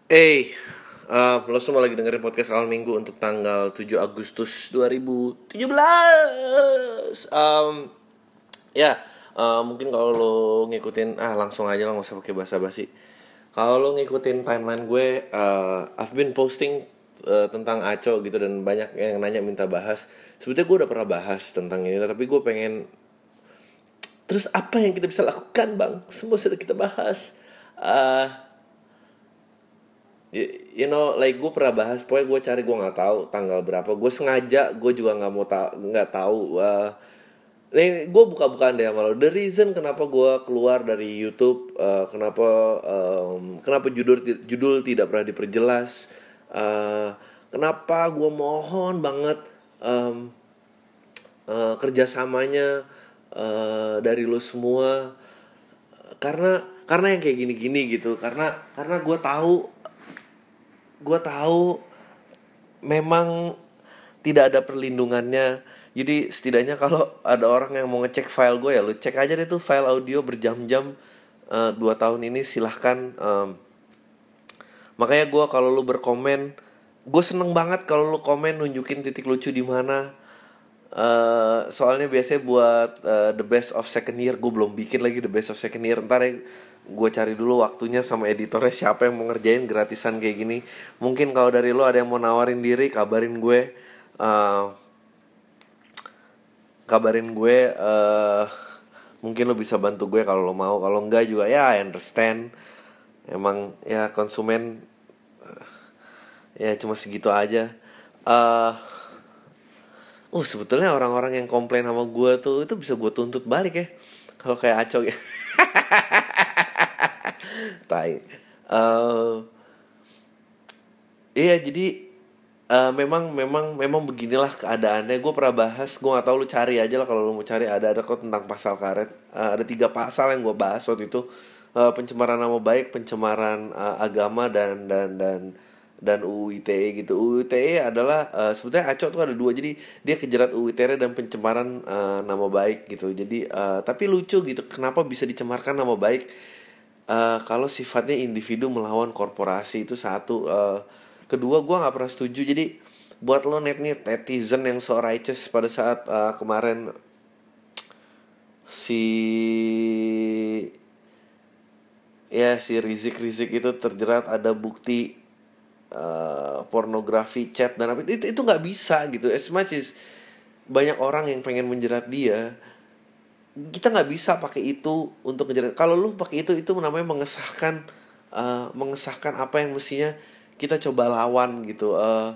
Hey, lo semua lagi dengerin podcast awal minggu untuk tanggal 7 Agustus 2017. Mungkin kalau lo ngikutin, langsung aja lah, nggak usah pakai basa-basi. Kalau lo ngikutin timeline gue, I've been posting tentang Aco gitu, dan banyak yang nanya minta bahas. Sebetulnya gue udah pernah bahas tentang ini, tapi gue pengen, terus apa yang kita bisa lakukan, bang? Semua sudah kita bahas. Like gue pernah bahas, pokoknya gue cari, gue nggak tahu tanggal berapa, gue sengaja, gue juga nggak tahu. Gue buka-bukaan deh sama lo, the reason kenapa gue keluar dari YouTube, kenapa judul tidak pernah diperjelas, kenapa gue mohon banget kerjasamanya dari lo semua, karena yang kayak gini-gini gitu, karena gue tahu memang tidak ada perlindungannya. Jadi setidaknya kalau ada orang yang mau ngecek file gue, ya lu cek aja deh tuh file audio berjam-jam 2 tahun ini, silahkan. Makanya gue, kalau lu berkomen, gue seneng banget kalau lu komen nunjukin titik lucu di mana. Soalnya biasanya buat the best of second year, gue belum bikin lagi the best of second year. Ntar ya gue cari dulu waktunya sama editornya siapa yang mau ngerjain gratisan kayak gini. Mungkin kalau dari lo ada yang mau nawarin diri, kabarin gue. Mungkin lo bisa bantu gue kalau lo mau. Kalau enggak juga ya I understand. Emang ya konsumen ya cuma segitu aja. Sebetulnya orang-orang yang komplain sama gue tuh, itu bisa gue tuntut balik ya, kalau kayak Aco ya. Tai. Iya, jadi memang beginilah keadaannya. Gue pernah bahas, gue nggak tahu, lu cari aja lah kalau lu mau cari. Ada kok tentang pasal karet. Ada 3 pasal yang gue bahas waktu itu. Pencemaran nama baik, pencemaran agama, dan UU ITE gitu. UU ITE adalah sebetulnya Aco tuh ada 2, jadi dia kejerat UU ITE dan pencemaran nama baik gitu. Jadi tapi lucu gitu, kenapa bisa dicemarkan nama baik kalau sifatnya individu melawan korporasi, itu satu. Kedua, gue nggak pernah setuju. Jadi buat lo netizen yang so righteous pada saat kemarin si Rizik itu terjerat, ada bukti pornografi chat dan apa, itu nggak bisa gitu. As much as banyak orang yang pengen menjerat dia, kita nggak bisa pakai itu untuk menjerat. Kalau lu pakai itu namanya mengesahkan apa yang mestinya kita coba lawan gitu.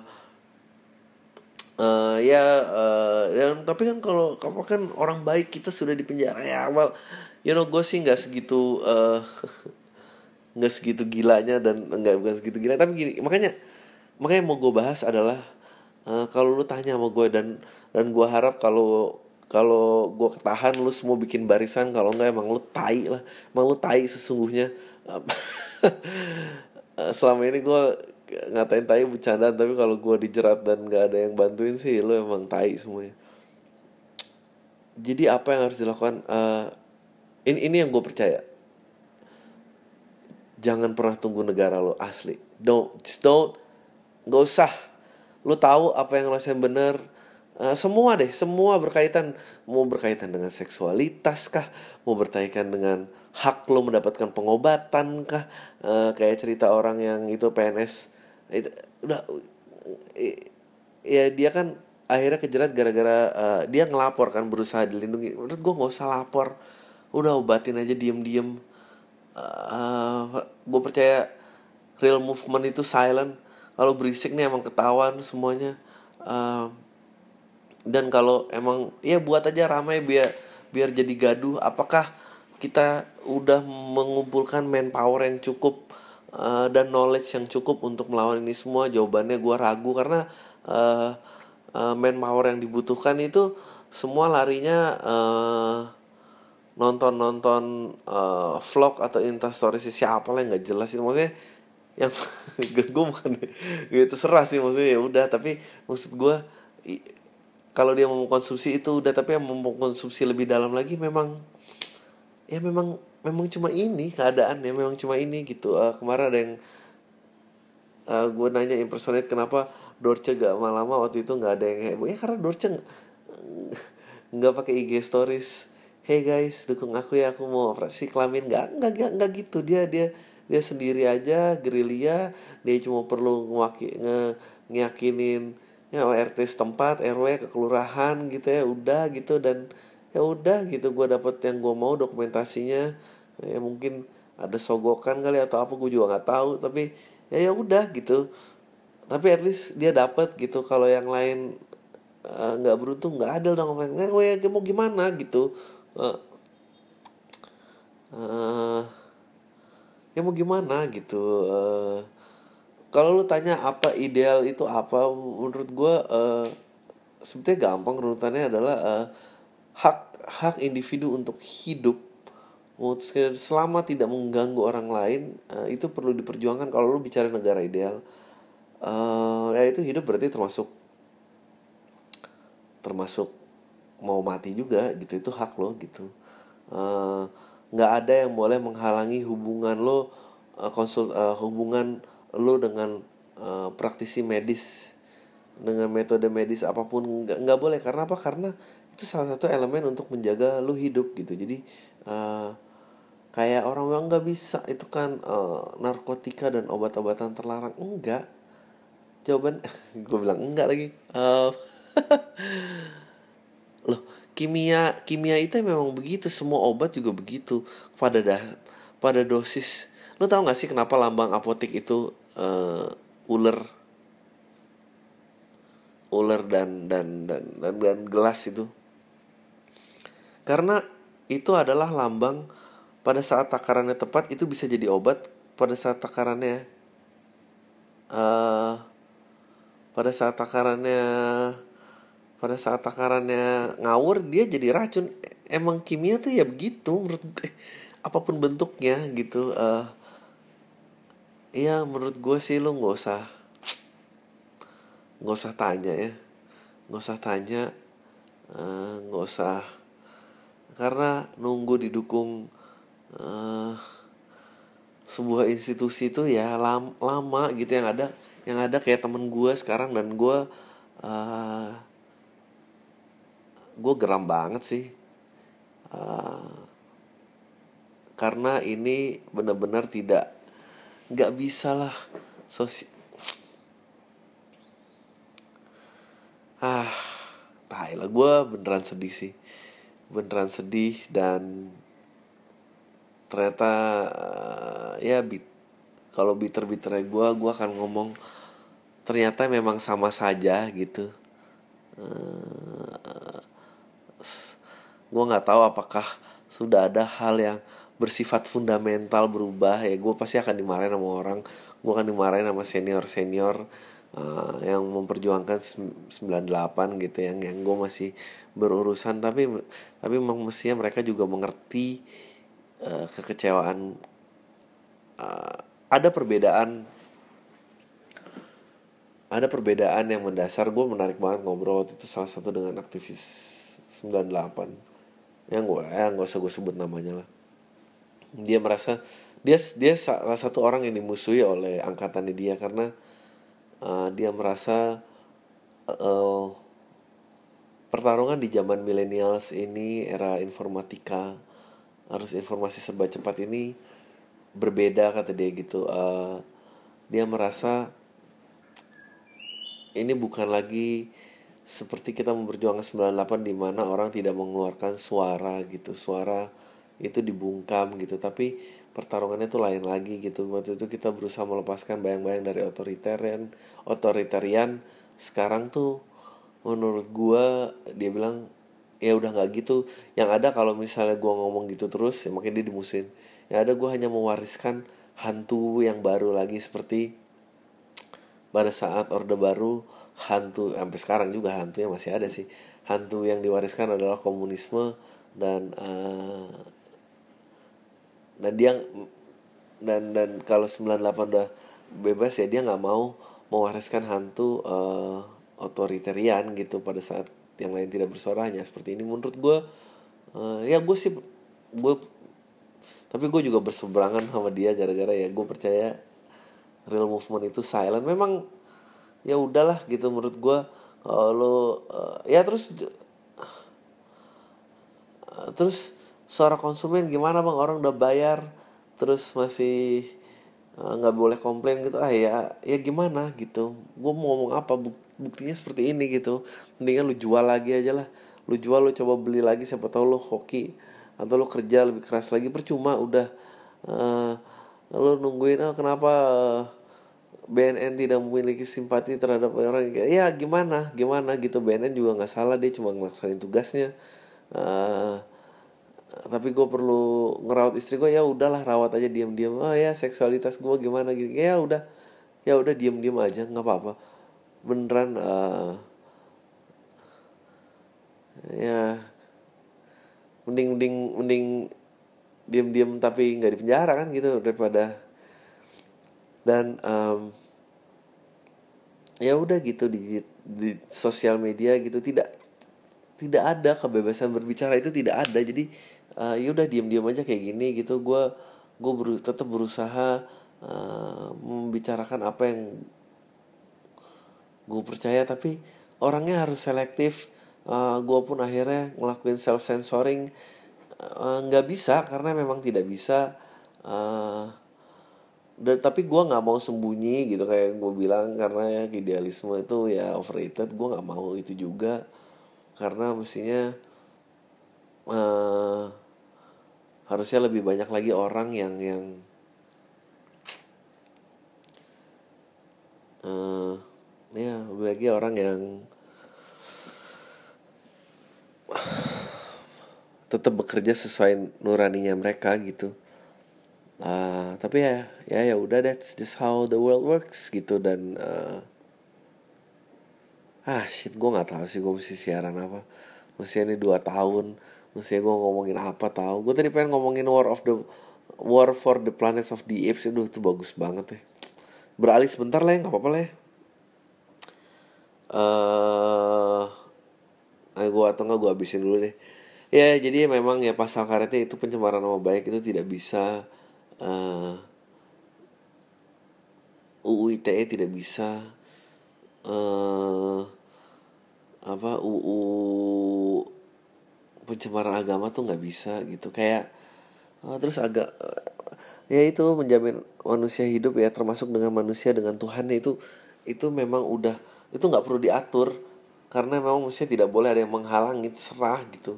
Tapi kan kalau kamu kan orang baik, kita sudah di penjara ya. Gue sih nggak segitu nggak segitu gilanya, dan bukan segitu gila, tapi gini, makanya mau gue bahas adalah, kalau lu tanya sama gue, dan gue harap kalau gue ketahan, lu semua bikin barisan. Kalau enggak, emang lu tai lah, emang lu tai sesungguhnya. Selama ini gue ngatain tai bercandaan, tapi kalau gue dijerat dan nggak ada yang bantuin sih, lu emang tai semuanya. Jadi apa yang harus dilakukan? Ini yang gue percaya. Jangan pernah tunggu negara lo, asli. Don't, nggak usah. Lu tahu apa yang rasain bener. Semua berkaitan. Mau berkaitan dengan seksualitas kah, mau berkaitan dengan hak lo mendapatkan pengobatan kah, kayak cerita orang yang itu PNS itu udah, ya dia kan akhirnya kejerat gara-gara dia ngelapor kan, berusaha dilindungi. Menurut gue nggak usah lapor, udah obatin aja diem-diem. Gue percaya real movement itu silent. Kalau berisik nih emang ketahuan semuanya. Dan kalau emang ya buat aja ramai, biar jadi gaduh. Apakah kita udah mengumpulkan manpower yang cukup dan knowledge yang cukup untuk melawan ini semua? Jawabannya gue ragu, karena manpower yang dibutuhkan itu semua larinya nonton vlog atau instastory siapa lah yang nggak jelas sih, maksudnya yang gue bukan gitu, serah sih maksudnya, ya udah. Tapi maksud gue, kalau dia mau konsumsi itu udah, tapi yang mau konsumsi lebih dalam lagi, memang cuma ini keadaannya, memang cuma ini gitu. Kemarin ada yang gue nanya impersonate kenapa Dorce gak lama-lama waktu itu nggak ada yang heboh ya, karena Dorce nggak pakai IG stories, hey guys dukung aku ya aku mau operasi kelamin, nggak gitu. Dia sendiri aja gerilya. Dia cuma perlu ngeyakinin ya RT setempat, RW, kekelurahan gitu ya udah gitu. Dan ya udah gitu, gue dapet yang gue mau dokumentasinya. Ya mungkin ada sogokan kali atau apa, gue juga nggak tahu, tapi ya udah gitu. Tapi at least dia dapat gitu. Kalau yang lain nggak beruntung, nggak adil dong. Gue ya mau gimana gitu. uh, uh, ya mau gimana gitu. Kalau lu tanya apa ideal itu apa, menurut gue sebetulnya gampang. Runutannya adalah hak hak individu untuk hidup selama tidak mengganggu orang lain. Itu perlu diperjuangkan kalau lu bicara negara ideal. Ya itu hidup berarti termasuk termasuk mau mati juga gitu, itu hak lo gitu. Eh, nggak ada yang boleh menghalangi hubungan lo, hubungan lo dengan praktisi medis, dengan metode medis apapun. Nggak boleh. Karena apa? Karena itu salah satu elemen untuk menjaga lo hidup gitu. Jadi eh, kayak orang bilang nggak bisa itu kan narkotika dan obat-obatan terlarang. Enggak. Jawaban gue bilang enggak lagi. Loh, kimia kimia itu memang begitu, semua obat juga begitu. Pada dosis. Lo tau gak sih kenapa lambang apotek itu ular ular dan gelas itu? Karena itu adalah lambang pada saat takarannya tepat itu bisa jadi obat. Pada saat takarannya eh pada saat takarannya pada saat takarannya ngawur dia jadi racun. Emang kimia tuh ya begitu menurut gue, apapun bentuknya gitu. Ya menurut gue sih lu nggak usah tanya ya, nggak usah tanya, nggak usah, karena nunggu didukung eh, sebuah institusi itu ya lama gitu. Yang ada kayak temen gue sekarang, dan uh, gue geram banget sih. Uh, karena ini benar-benar nggak bisa lah. sosi ah Tai lah, gue beneran sedih sih, beneran sedih. Dan ternyata ya kalau bitter-bitternya gue akan ngomong ternyata memang sama saja gitu. uh, gue nggak tahu apakah sudah ada hal yang bersifat fundamental berubah. Ya gue pasti akan dimarahin sama orang, gue akan dimarahin sama senior yang memperjuangkan 98 gitu, yang gue masih berurusan. Tapi memang mestinya mereka juga mengerti kekecewaan. uh, ada perbedaan ada perbedaan yang mendasar. Gue menarik banget ngobrol waktu itu salah satu dengan aktivis 98, yang nggak usah gue sebut namanya lah. Dia merasa dia salah satu orang yang dimusuhi oleh angkatannya dia, karena dia merasa uh, pertarungan di zaman millennials ini, era informatika, harus informasi serba cepat ini berbeda, kata dia gitu. Dia merasa ini bukan lagi seperti kita memperjuangkan 98 di mana orang tidak mengeluarkan suara gitu. Suara itu dibungkam gitu. Tapi pertarungannya tuh lain lagi gitu. Waktu itu kita berusaha melepaskan bayang-bayang dari otoritarian. Sekarang tuh menurut gua, dia bilang ya udah nggak gitu. Yang ada kalau misalnya gua ngomong gitu terus ya makin dia dimusuhin. Yang ada gua hanya mewariskan hantu yang baru lagi, seperti pada saat Orde Baru. Hantu sampai sekarang juga hantunya masih ada sih. Hantu yang diwariskan adalah komunisme. Dan dia dan kalau 98 udah bebas ya dia nggak mau mewariskan hantu otoritarian gitu pada saat yang lain tidak bersuaranya seperti ini. Menurut gue ya gue tapi gue juga berseberangan sama dia gara-gara ya gue percaya real movement itu silent. Memang ya udahlah gitu menurut gue. Lo ya terus seorang konsumen gimana bang, orang udah bayar terus masih nggak boleh komplain gitu. Ya gimana gitu, gue mau ngomong apa, buktinya seperti ini gitu. Mendingan lu jual lagi aja lah, lu jual, lu coba beli lagi, siapa tahu lu hoki atau lu kerja lebih keras lagi. Percuma udah uh, lu nungguin kenapa BNN tidak memiliki simpati terhadap orang. Ya gimana gimana gitu, BNN juga nggak salah, dia cuma ngelaksanain tugasnya. uh, tapi gue perlu ngerawat istri gue, ya udahlah rawat aja diam-diam. Oh ya, seksualitas gue gimana gitu, ya udah diam-diam aja, nggak apa-apa beneran. Ya mending mending mending diam-diam tapi nggak di penjara kan gitu, daripada. Dan ya udah gitu, di sosial media gitu tidak ada kebebasan berbicara, itu tidak ada. Jadi ya udah diam-diam aja kayak gini gitu. Tetap berusaha membicarakan apa yang gue percaya, tapi orangnya harus selektif. Gue pun akhirnya ngelakuin self censoring. Nggak bisa, karena memang tidak bisa. uh, tapi gue nggak mau sembunyi gitu, kayak gue bilang, karena ya idealisme itu ya overrated. Gue nggak mau itu juga, karena mestinya uh, harusnya lebih banyak lagi orang yang uh, ya lebih lagi orang yang tetap bekerja sesuai nuraninya mereka gitu. Tapi ya udah, that's just how the world works gitu. Dan shit, gue nggak tahu sih gue mesti siaran apa. Mesti ini 2 tahun, mesti gue ngomongin apa tahu. Gue tadi pengen ngomongin War for the Planets of the Apes. Itu bagus banget ya. Beralih sebentar lah ya, nggak apa-apa lah ya. Gue atau nggak gue habisin dulu deh. Ya jadi memang ya pasal karetnya itu pencemaran nama baik, itu tidak bisa. uh, UU ITE tidak bisa. uh, UU pencemaran agama tuh nggak bisa gitu. Kayak terus agak ya itu menjamin manusia hidup ya, termasuk dengan manusia dengan Tuhan, itu memang udah, itu nggak perlu diatur, karena memang manusia tidak boleh ada yang menghalangi, terserah gitu.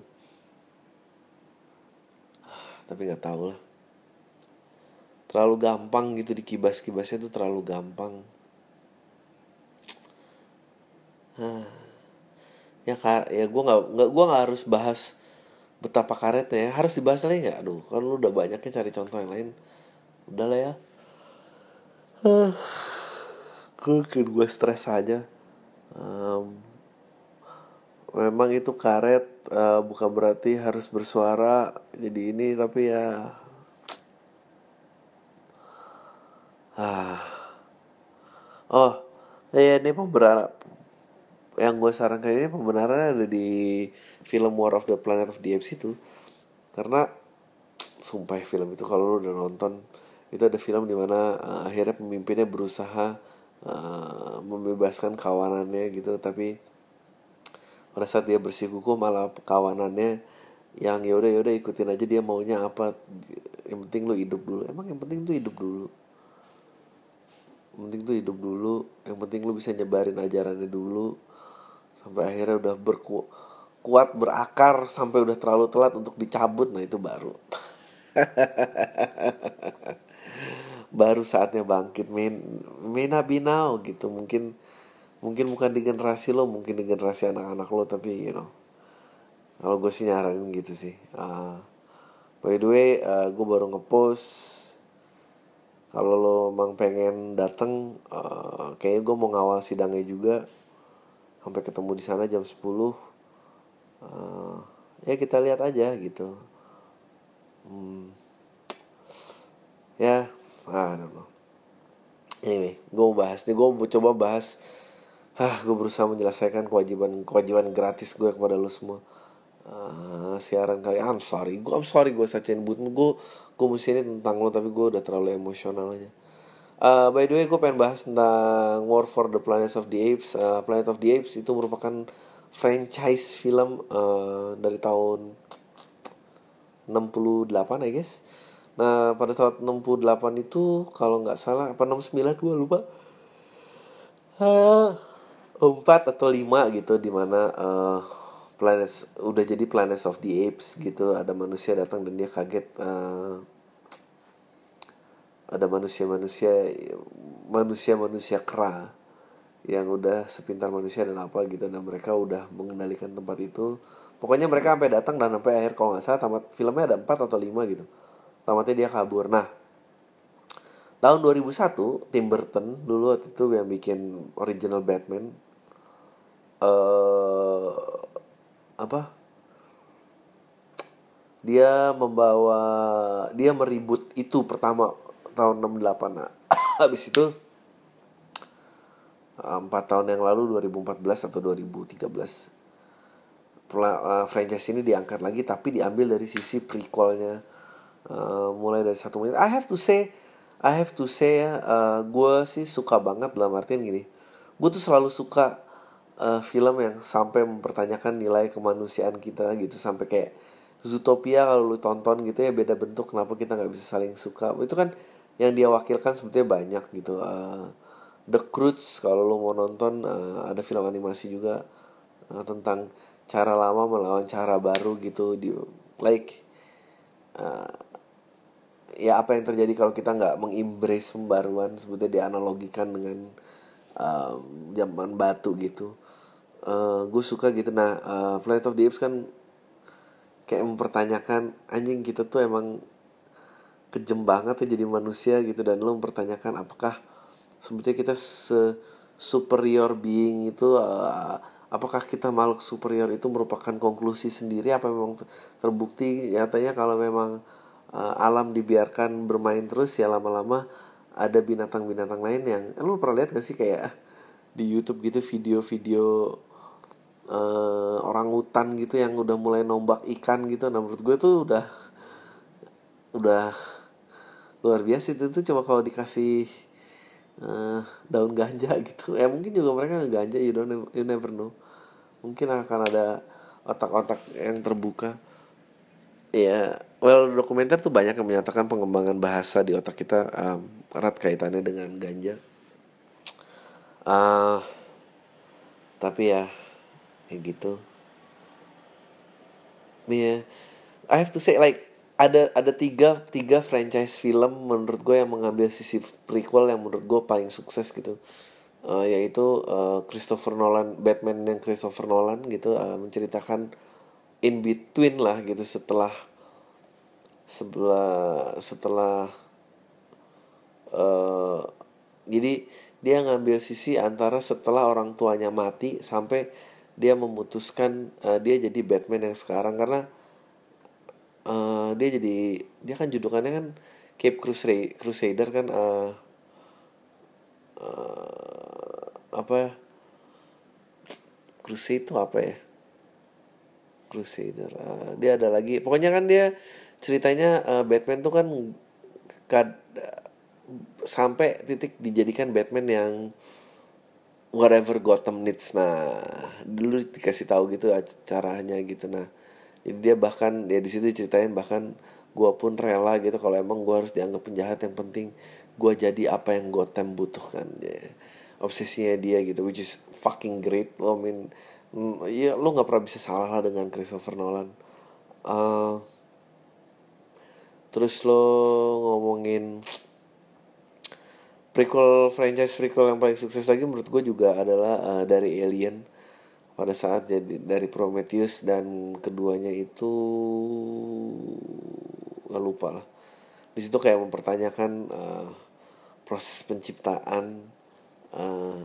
Tapi nggak tahu lah, terlalu gampang gitu dikibas-kibasnya, tuh terlalu gampang. Ya gue nggak harus bahas betapa karetnya ya, harus dibahas lagi nggak? Aduh, kan lu udah banyaknya cari contoh yang lain. Udah lah ya. Gue stres aja. Em, Memang itu karet, bukan berarti harus bersuara jadi ini, tapi ya ah oh ya, ini pembenaran yang gue sarankan ini, pembenarannya ada di film War of the Planet of the Apes itu. Karena sumpah film itu, kalau lu udah nonton, itu ada film dimana akhirnya pemimpinnya berusaha membebaskan kawanannya gitu, tapi pada saat dia bersikukuh malah kawanannya yang yaudah ikutin aja dia maunya apa, yang penting lu hidup dulu. Emang yang penting tuh hidup dulu, yang penting tuh hidup dulu, yang penting lu bisa nyebarin ajarannya dulu, sampai akhirnya udah kuat berakar sampai udah terlalu telat untuk dicabut. Nah itu baru baru saatnya bangkit. May not be now gitu. Mungkin bukan di generasi lo, mungkin di generasi anak-anak lo, tapi kalau gue sih nyaranin gitu sih. By the way, gue baru ngepost, kalau lo emang pengen dateng, kayaknya gue mau ngawal sidangnya juga, sampai ketemu di sana jam 10. Ya kita lihat aja gitu. Ya, I don't know. Anyway, gue mau bahas nih, gue mau coba bahas. Gue berusaha menyelesaikan kewajiban gratis gue kepada lo semua. Siaran kali, I'm sorry gue sacain but gue mesti ini tentang lo, tapi gue udah terlalu emosional aja. By the way, gue pengen bahas tentang War for the Planet of the Apes. Planet of the Apes itu merupakan franchise film dari tahun 68, I guess. Nah, pada tahun 68 itu kalau nggak salah apa 69 gue lupa. 4 atau 5 gitu, dimana Planet udah jadi Planet of the Apes gitu. Ada manusia datang dan dia kaget, ada manusia kera yang udah sepintar manusia dan apa gitu, dan mereka udah mengendalikan tempat itu. Pokoknya mereka sampai datang dan sampai akhir kalau nggak salah tamat filmnya ada 4 atau 5 gitu. Tamatnya dia kabur. Nah, tahun 2001 Tim Burton dulu waktu itu yang bikin original Batman, eh apa? Dia meribut itu pertama tahun 68. Nah, habis itu 4 tahun yang lalu 2014 atau 2013 franchise ini diangkat lagi, tapi diambil dari sisi prequelnya, mulai dari 1 menit. I have to say ya, gue sih suka banget dalam artian gini. Gue tuh selalu suka film yang sampai mempertanyakan nilai kemanusiaan kita gitu, sampai kayak Zootopia kalau lu tonton gitu ya, beda bentuk kenapa kita nggak bisa saling suka. Itu kan yang dia wakilkan sebetulnya banyak gitu. The Croods kalau lu mau nonton, ada film animasi juga tentang cara lama melawan cara baru gitu, di like ya apa yang terjadi kalau kita nggak mengembrace pembaruan, sebetulnya dianalogikan dengan zaman batu gitu. Gue suka gitu. Nah, Planet of the Apes kan kayak mempertanyakan, anjing kita tuh emang kejem banget ya jadi manusia gitu, dan lo mempertanyakan apakah sebetulnya kita superior being itu, apakah kita makhluk superior itu merupakan konklusi sendiri, apa memang terbukti nyatanya kalau memang alam dibiarkan bermain terus ya lama-lama ada binatang-binatang lain yang lo pernah lihat gak sih kayak di YouTube gitu video-video orang hutan gitu yang udah mulai nombak ikan gitu. Nah, menurut gue tuh udah luar biasa. Itu tuh coba kalau dikasih daun ganja gitu, mungkin juga mereka ngeganja, you never know, mungkin akan ada otak-otak yang terbuka. Ya, well, dokumenter tuh banyak yang menyatakan pengembangan bahasa di otak kita erat kaitannya dengan ganja. uh, tapi ya gitu. Yeah, I have to say like ada tiga franchise film menurut gue yang mengambil sisi prequel yang menurut gue paling sukses gitu. Yaitu Christopher Nolan, Batman yang Christopher Nolan gitu, menceritakan in between lah gitu, setelah uh, jadi dia ngambil sisi antara setelah orang tuanya mati sampai dia memutuskan dia jadi Batman yang sekarang, karena dia kan judulnya kan Cape Crusader kan, apa Crusade itu apa ya, Crusader, dia ada lagi pokoknya kan dia ceritanya, Batman tuh kan kad, sampai titik dijadikan Batman yang whatever Gotham needs. Nah, dulu dikasih tahu gitu caranya gitu. Nah, jadi dia bahkan ya di situ ceritain, bahkan gue pun rela gitu kalau emang gue harus dianggap penjahat, yang penting gue jadi apa yang Gotham butuhkan ya. Obsesinya dia gitu, which is fucking great. Lo ya lo nggak pernah bisa salah lah dengan Christopher Nolan. uh, Terus lo ngomongin prequel yang paling sukses lagi menurut gue juga adalah dari Alien, pada saat jadi dari Prometheus, dan keduanya itu nggak lupa lah. Di situ kayak mempertanyakan uh,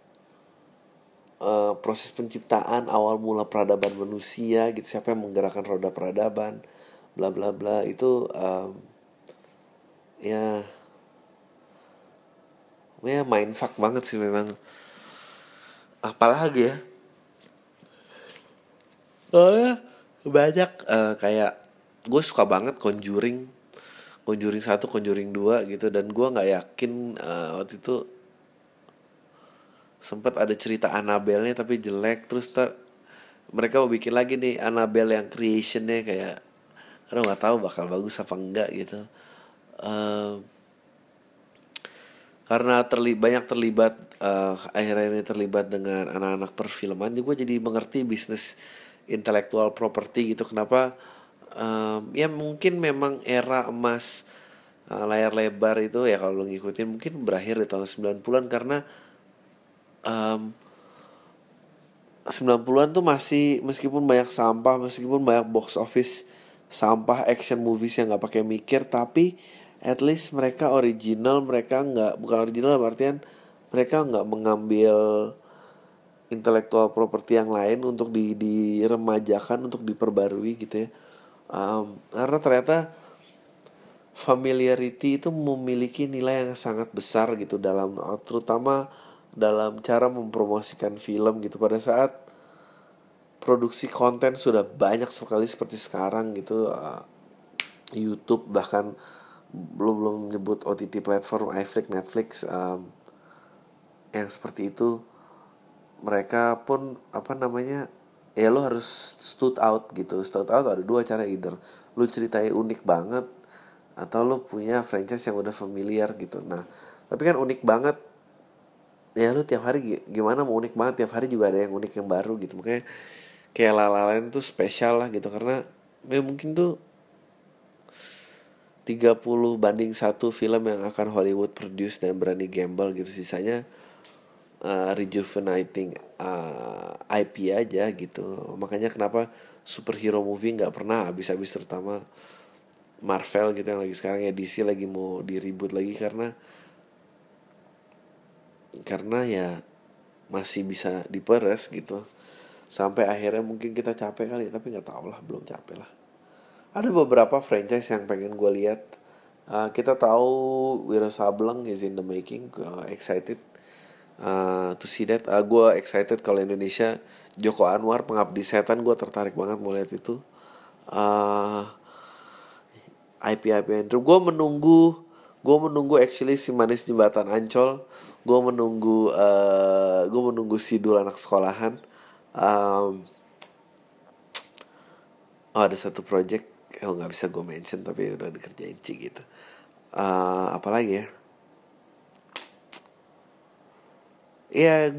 proses penciptaan awal mula peradaban manusia gitu, siapa yang menggerakkan roda peradaban, bla bla bla itu, ya mindfuck banget sih memang. Apalagi ya, oh ya banyak, kayak gue suka banget Conjuring. Conjuring 1, Conjuring 2 gitu. Dan gue nggak yakin waktu itu sempat ada cerita Annabelle-nya tapi jelek. Terus mereka mau bikin lagi nih Annabelle yang creationnya kayak, aduh nggak tahu bakal bagus apa enggak gitu. Eh, karena banyak terlibat, akhirnya ini terlibat dengan anak-anak perfilman, gue jadi mengerti bisnis intellectual property gitu. Kenapa ya mungkin memang era emas layar lebar itu ya kalau lo ngikutin mungkin berakhir di tahun 90-an, karena em, 90-an tuh masih, meskipun banyak sampah, meskipun banyak box office sampah action movies yang nggak pakai mikir, tapi at least mereka original. Mereka nggak, bukan original dalam artian mereka nggak mengambil intellectual property yang lain untuk diremajakan, untuk diperbarui gitu ya. Karena ternyata familiarity itu memiliki nilai yang sangat besar gitu dalam, terutama dalam cara mempromosikan film gitu. Pada saat produksi konten sudah banyak sekali seperti sekarang gitu, YouTube, bahkan belum nyebut OTT platform, Netflix, yang seperti itu, mereka pun apa namanya, ya lo harus stood out gitu. Stood out ada dua cara, either lo ceritanya unik banget atau lo punya franchise yang udah familiar gitu. Nah tapi kan unik banget ya, lo tiap hari gimana mau unik banget, tiap hari juga ada yang unik yang baru gitu. Makanya kayak La La Land tuh spesial lah gitu, karena ya mungkin tuh 30-1 film yang akan Hollywood produce dan berani gamble gitu. Sisanya rejuvenating IP aja gitu. Makanya kenapa superhero movie nggak pernah habis-habis, terutama Marvel gitu yang lagi sekarang ya, DC lagi mau di reboot lagi, karena ya masih bisa diperes gitu. Sampai akhirnya mungkin kita capek kali, tapi nggak tahu lah, belum capek lah. Ada beberapa franchise yang pengen gue lihat. Kita tahu Wiro Sableng is in the making. Excited to see that. Gue excited kalau Indonesia Joko Anwar Pengabdi Setan, gue tertarik banget mau lihat itu. uh, IP Andrew, gue menunggu actually si Manis Jembatan Ancol. Gue menunggu Sidul Anak Sekolahan. um, oh ada satu project, nggak bisa gue mention tapi udah dikerjain Ci gitu. Apalagi ya, ya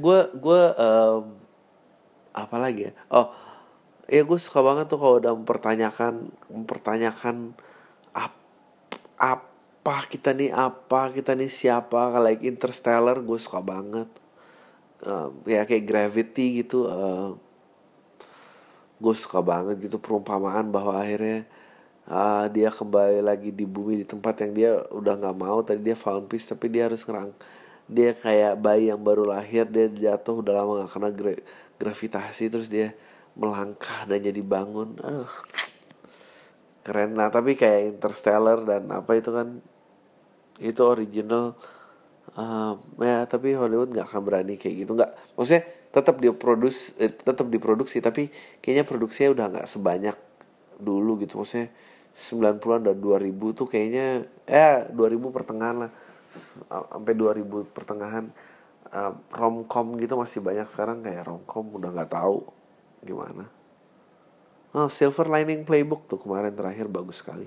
apa lagi ya, ya gue suka banget tuh kalau udah mempertanyakan ap- apa kita nih siapa, like Interstellar gue suka banget. Ya kayak Gravity gitu, gue suka banget gitu perumpamaan bahwa akhirnya dia kembali lagi di bumi, di tempat yang dia udah nggak mau. Tadi dia found peace tapi dia harus dia kayak bayi yang baru lahir, dia jatuh udah lama nggak kena gravitasi, terus dia melangkah dan jadi bangun. Keren. Nah tapi kayak Interstellar dan apa itu kan, itu original. Ya tapi Hollywood nggak akan berani kayak gitu, nggak, maksudnya tetap diproduksi tapi kayaknya produksinya udah nggak sebanyak dulu gitu. Maksudnya 90-an dan 2000 tuh kayaknya 2000 pertengahan lah, sampai 2000 pertengahan, romcom gitu masih banyak. Sekarang kayak romcom udah nggak tahu gimana. Silver Lining Playbook tuh kemarin terakhir bagus sekali.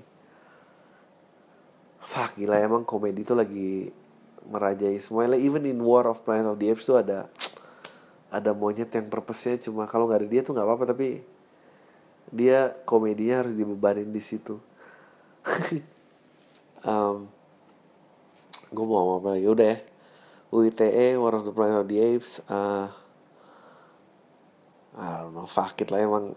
Fuck, gila emang komedi tuh lagi merajai semua. Like, even in War of Planet of the Apes tuh ada monyet yang purpose-nya cuma, kalau nggak ada dia tuh nggak apa-apa, tapi dia komedinya harus dibebanin di situ. um, gue mau ngomong apa lagi, udah ya. UITE War of the Planet of the Apes, I don't know, fuck it lah emang.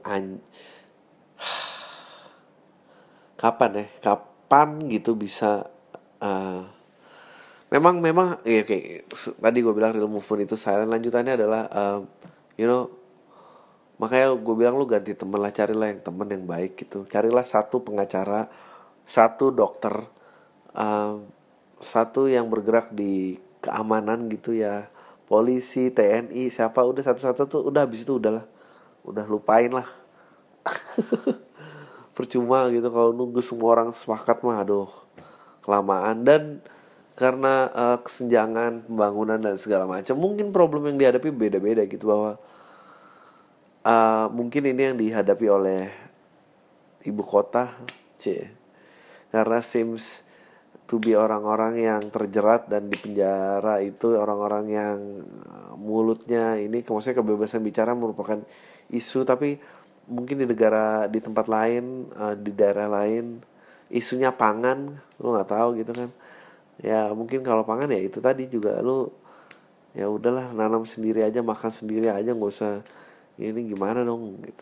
Kapan gitu bisa, uh, memang ya kayak tadi gue bilang real movement itu silent. Lanjutannya adalah, you know, makanya gue bilang lu ganti temen lah, carilah yang temen yang baik gitu. Carilah satu pengacara, satu dokter, um, satu yang bergerak di keamanan gitu ya, polisi, TNI, siapa, udah satu-satu tuh, udah habis itu udahlah, udah lupain lah. Percuma gitu kalau nunggu semua orang sepakat mah, aduh, kelamaan. Dan karena kesenjangan pembangunan dan segala macam, mungkin problem yang dihadapi beda-beda gitu. Bahwa mungkin ini yang dihadapi oleh ibu kota, karena seems to be orang-orang yang terjerat dan dipenjara itu orang-orang yang mulutnya ini, maksudnya kebebasan bicara merupakan isu, tapi mungkin di tempat lain, di daerah lain isunya pangan, lu nggak tahu gitu kan. Ya mungkin kalau pangan ya itu tadi juga, lu ya udahlah nanam sendiri aja, makan sendiri aja, nggak usah ini, gimana dong gitu.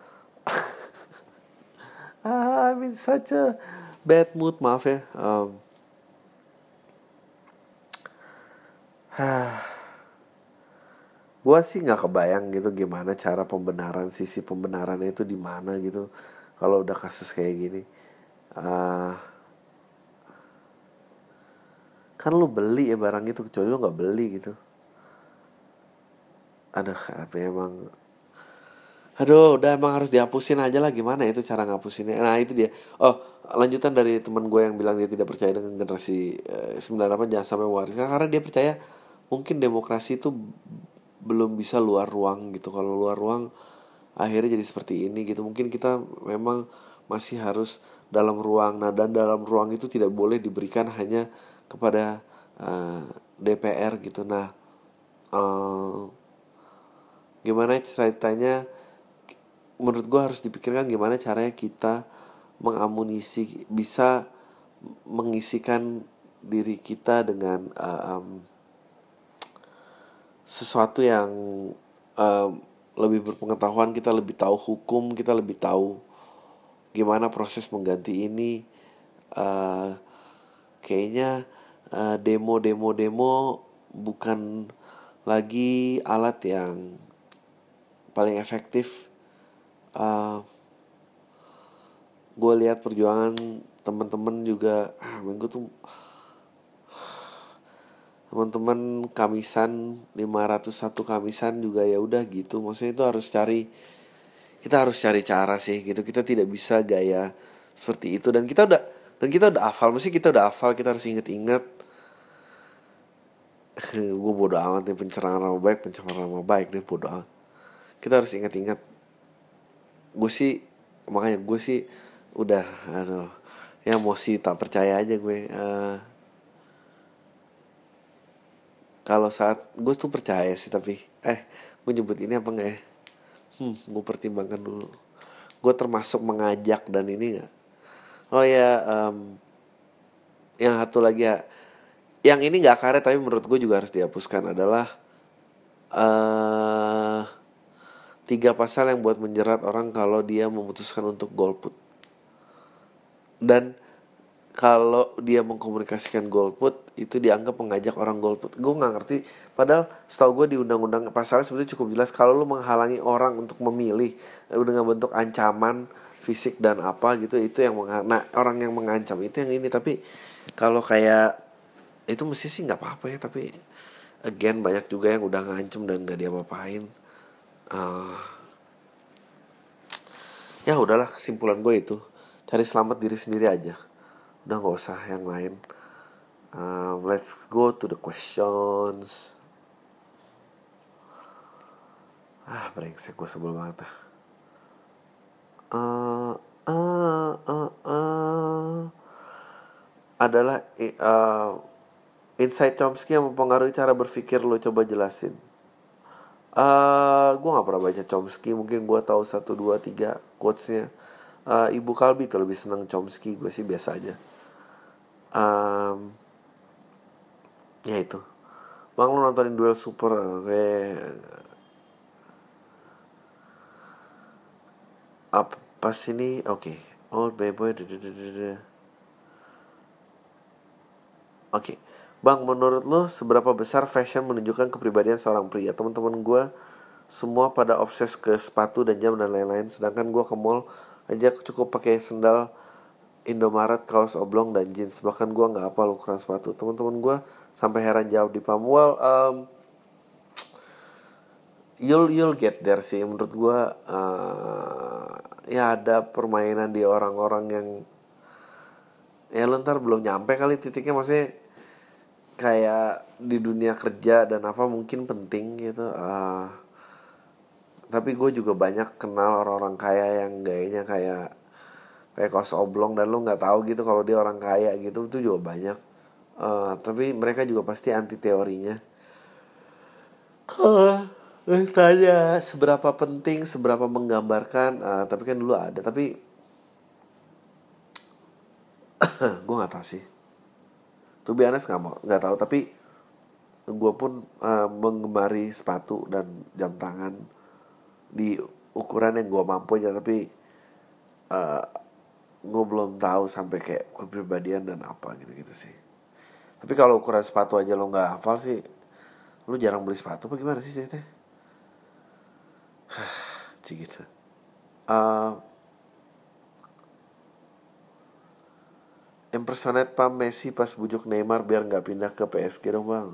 I'm in such a bad mood, maaf ya. Gua sih nggak kebayang gitu gimana cara pembenaran, sisi pembenarannya itu di mana gitu kalau udah kasus kayak gini. Ah, kan lu beli ya barang itu, kecuali lu nggak beli gitu. Aduh, apa emang, aduh, udah emang harus dihapusin aja lah, gimana itu cara ngapusinnya. Nah itu dia. Oh, lanjutan dari teman gue yang bilang dia tidak percaya dengan generasi 98 jangan sampai mewariskan, karena dia percaya mungkin demokrasi itu belum bisa luar ruang gitu. Kalau luar ruang akhirnya jadi seperti ini gitu. Mungkin kita memang masih harus dalam ruang. Nah, dan dalam ruang itu tidak boleh diberikan hanya kepada DPR gitu. Nah, gimana ceritanya, menurut gue harus dipikirkan gimana caranya kita mengamunisi, bisa mengisikan diri kita dengan sesuatu yang lebih berpengetahuan. Kita lebih tahu hukum, kita lebih tahu gimana proses mengganti ini. Kayaknya demo bukan lagi alat yang paling efektif. Gue lihat perjuangan teman-teman juga, minggu tuh teman-teman Kamisan 501 Kamisan juga ya udah gitu. Maksudnya itu kita harus cari cara sih gitu. Kita tidak bisa gaya seperti itu, dan kita udah hafal, mesti kita udah hafal, kita harus inget-inget. Gue bodo amat nih, pencemaran nama baik nih, bodo amat. Kita harus inget-inget. Makanya gue sih udah, aduh, ya emosi tak percaya aja gue. Kalau saat gue tuh percaya sih, tapi gue nyebut ini apa enggak ya? Gue pertimbangkan dulu. Gue termasuk mengajak dan ini nggak? Oh ya, yang satu lagi ya, yang ini nggak karet tapi menurut gue juga harus dihapuskan adalah 3 pasal yang buat menjerat orang kalau dia memutuskan untuk golput. Dan kalau dia mengkomunikasikan golput itu dianggap mengajak orang golput. Gue nggak ngerti. Padahal setahu gue di undang-undang pasalnya sebetulnya cukup jelas. Kalau lu menghalangi orang untuk memilih dengan bentuk ancaman fisik dan apa gitu, itu yang nah, orang yang mengancam itu yang ini. Tapi kalau kayak itu mesti sih nggak apa-apa ya. Tapi again banyak juga yang udah ngancem dan nggak diapa-apain. Ya udahlah, kesimpulan gue itu cari selamat diri sendiri aja. Udah gak usah yang lain. Let's go to the questions. Brengsek, gue sebel banget. Adalah insight Chomsky yang mempengaruhi cara berpikir lo, coba jelasin. Gue gak pernah baca Chomsky. Mungkin gue tahu 1, 2, 3 quotesnya. Ibu Kalbi tuh lebih seneng Chomsky. Gue sih biasa aja. Ya itu. Bang, lu nontonin Duel Super. Apa sini? Oke. Old Boy. Oke. Bang, menurut lo seberapa besar fashion menunjukkan kepribadian seorang pria? Teman-teman gue semua pada obses ke sepatu dan jam dan lain-lain, sedangkan gue ke mall aja cukup pakai sendal Indomaret, kaos oblong dan jeans. Bahkan gue nggak hafal ukuran sepatu. Teman-teman gue sampai heran jawab di pam. Well, you'll get there sih. Menurut gue ya ada permainan di orang-orang yang Ya lu ntar belum nyampe kali titiknya, maksudnya kayak di dunia kerja dan apa mungkin penting gitu. Tapi gue juga banyak kenal orang-orang kaya yang gayanya kayak kaos oblong, dan lu nggak tahu gitu kalau dia orang kaya gitu, itu juga banyak. Tapi mereka juga pasti anti teorinya. Tanya seberapa penting, seberapa menggambarkan, tapi kan dulu ada, tapi gue nggak tahu sih. To be honest nggak tahu, tapi gue pun menggemari sepatu dan jam tangan di ukuran yang gue mampu aja, tapi gue belum tahu sampai kayak kepribadian dan apa gitu-gitu sih. Tapi kalau ukuran sepatu aja lo nggak hafal sih, lo jarang beli sepatu apa gimana sih ceritanya? Cik gitu. Uh, Impersonate Pam Messi pas bujuk Neymar biar nggak pindah ke PSG dong bang.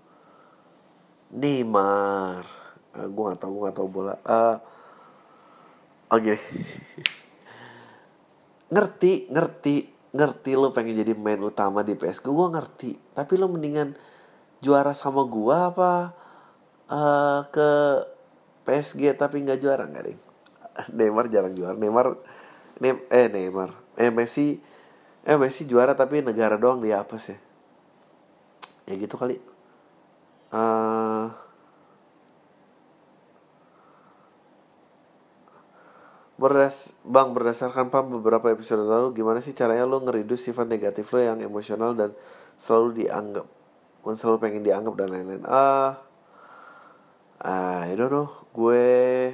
Neymar, gue nggak tahu bola. Oke, ngerti lo pengen jadi main utama di PSG, gue ngerti. Tapi lo mendingan juara sama gue apa ke PSG tapi nggak juara nggak deh? Neymar jarang juara. Neymar, Messi juara tapi negara doang dia apa sih? Ya gitu kali. eh Berdasarkan beberapa episode lalu, gimana sih caranya lo ngeridus sifat negatif lo yang emosional dan selalu dianggap, selalu pengen dianggap dan lain-lain? I don't know. Gue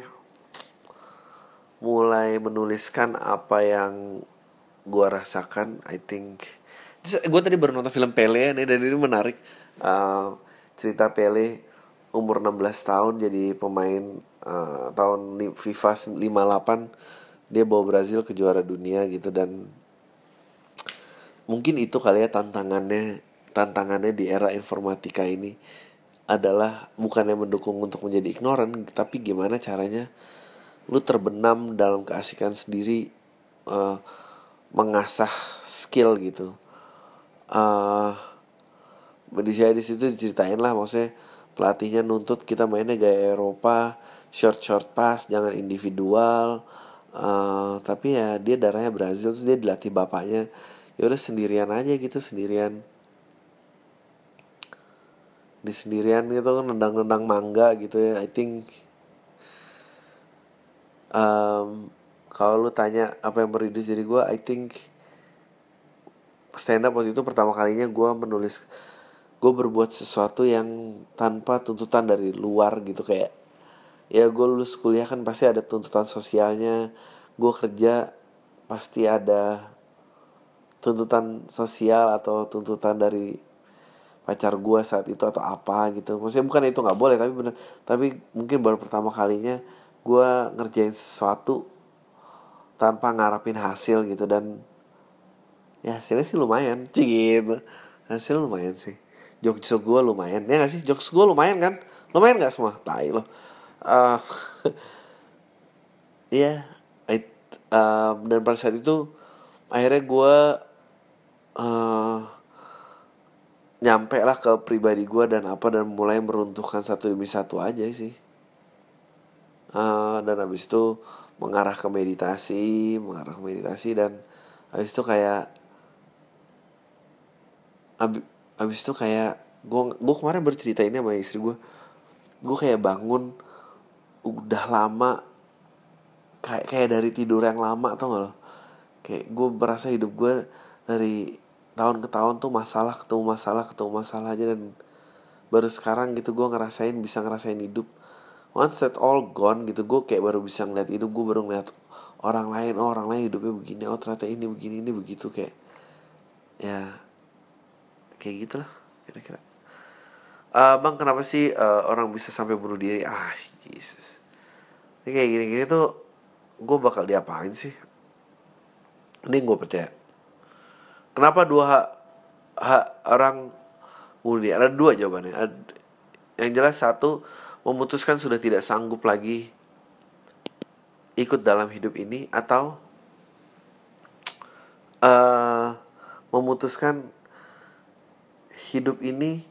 mulai menuliskan apa yang gue rasakan. I think gue tadi baru nonton film Pele nih, dan ini menarik. Cerita Pele umur 16 tahun jadi pemain tahun FIFA 58, dia bawa Brazil ke juara dunia gitu. Dan mungkin itu kali ya tantangannya di era informatika ini adalah bukannya mendukung untuk menjadi ignoran, tapi gimana caranya lu terbenam dalam keasikan sendiri, uh, mengasah skill gitu. uh, di situ diceritain lah, maksudnya pelatihnya nuntut kita mainnya gaya Eropa, short pass, jangan individual. Tapi ya dia darahnya Brazil, terus dia dilatih bapaknya. Ya udah sendirian aja gitu, sendirian gitu kan, nendang mangga gitu ya. I think kalau lu tanya apa yang meridus diri gue, I think stand up waktu itu pertama kalinya gue berbuat sesuatu yang tanpa tuntutan dari luar gitu. Kayak ya gue lulus kuliah kan pasti ada tuntutan sosialnya, gue kerja pasti ada tuntutan sosial atau tuntutan dari pacar gue saat itu atau apa gitu. Maksudnya bukan itu nggak boleh, tapi bener, tapi mungkin baru pertama kalinya gue ngerjain sesuatu tanpa ngarapin hasil gitu. Dan ya hasilnya sih lumayan gitu, hasilnya lumayan sih. Jokes gue lumayan ya nggak sih, jokes gue lumayan kan, lumayan nggak semua tai loh. uh, Iya, dan pada saat itu akhirnya gue uh, nyampe lah ke pribadi gue dan mulai meruntuhkan satu demi satu aja sih. Dan habis itu mengarah ke meditasi, dan habis itu kayak habis itu kayak gue kemarin bercerita ini sama istri gue kayak bangun udah lama, kayak dari tidur yang lama, tau gak lo? Kayak gue berasa hidup gue dari tahun ke tahun tuh masalah ketemu masalah aja, dan baru sekarang gitu gue bisa ngerasain hidup. Once that all gone gitu, gue kayak baru bisa ngeliat hidup. Gue baru ngeliat orang lain hidupnya begini, ternyata ini begini, ini begitu. Kayak ya kayak gitulah kira-kira. Bang, kenapa sih orang bisa sampai bunuh diri? Jesus, ini kayak gini-gini tuh gue bakal diapain sih? Ini gue percaya. Kenapa orang bunuh diri? Ada dua jawabannya. Yang jelas satu, memutuskan sudah tidak sanggup lagi ikut dalam hidup ini, atau memutuskan hidup ini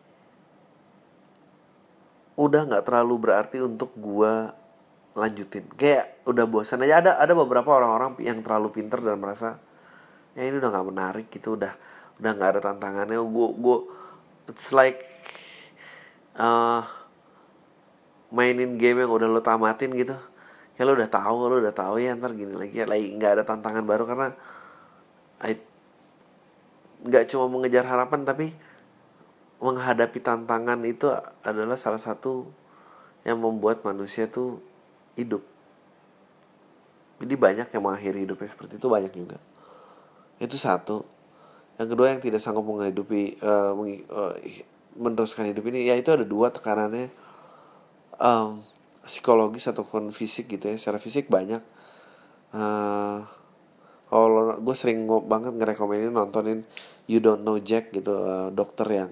udah nggak terlalu berarti untuk gue lanjutin, kayak udah bosan aja. Ada beberapa orang-orang yang terlalu pinter dan merasa ya ini udah nggak menarik gitu, udah nggak ada tantangannya. Gue it's like uh, mainin game yang udah lo tamatin gitu, ya lo udah tahu ya ntar gini lagi nggak ada tantangan baru. Karena nggak cuma mengejar harapan, tapi menghadapi tantangan itu adalah salah satu yang membuat manusia tuh hidup. Jadi banyak yang mengakhiri hidupnya seperti itu, banyak juga. Itu satu. Yang kedua, yang tidak sanggup menghidupi meneruskan hidup ini, ya itu ada dua tekanannya, psikologis ataupun fisik gitu ya. Secara fisik banyak. Kalau gue sering banget ngerekomenin nontonin You Don't Know Jack gitu, dokter yang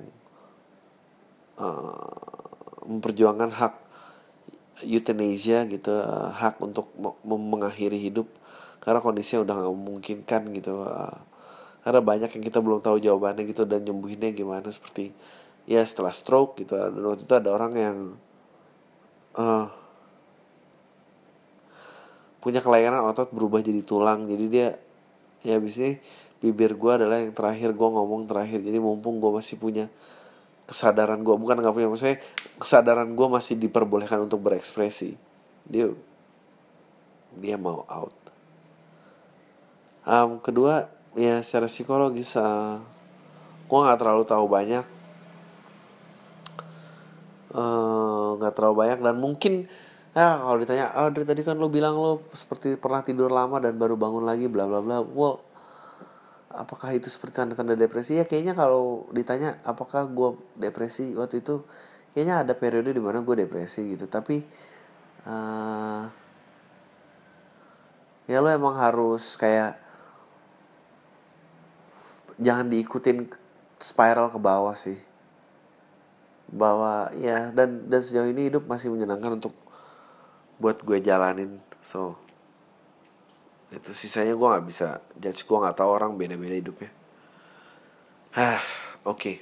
memperjuangkan hak euthanasia gitu, hak untuk mengakhiri hidup karena kondisinya udah gak memungkinkan gitu. Karena banyak yang kita belum tahu jawabannya gitu, dan nyembuhinnya gimana, seperti ya setelah stroke gitu. Dan waktu itu ada orang yang punya kelainan otot berubah jadi tulang. Jadi dia, ya abisnya bibir gue adalah yang terakhir gue ngomong terakhir. Jadi mumpung gue masih punya kesadaran, gue bukan nggak punya, maksudnya kesadaran gue masih diperbolehkan untuk berekspresi, dia mau out. Kedua, ya secara psikologis, gue nggak terlalu tahu banyak, dan mungkin kalau ditanya, dari tadi kan lo bilang lo seperti pernah tidur lama dan baru bangun lagi bla bla bla. Well, apakah itu seperti tanda-tanda depresi? Ya kayaknya kalau ditanya apakah gue depresi waktu itu, kayaknya ada periode di mana gue depresi gitu. Tapi ya lo emang harus kayak jangan diikutin spiral ke bawah sih. Bahwa ya, dan sejauh ini hidup masih menyenangkan untuk buat gue jalanin. So itu sisanya gue nggak bisa judge, gue nggak tahu, orang beda-beda hidupnya. Oke.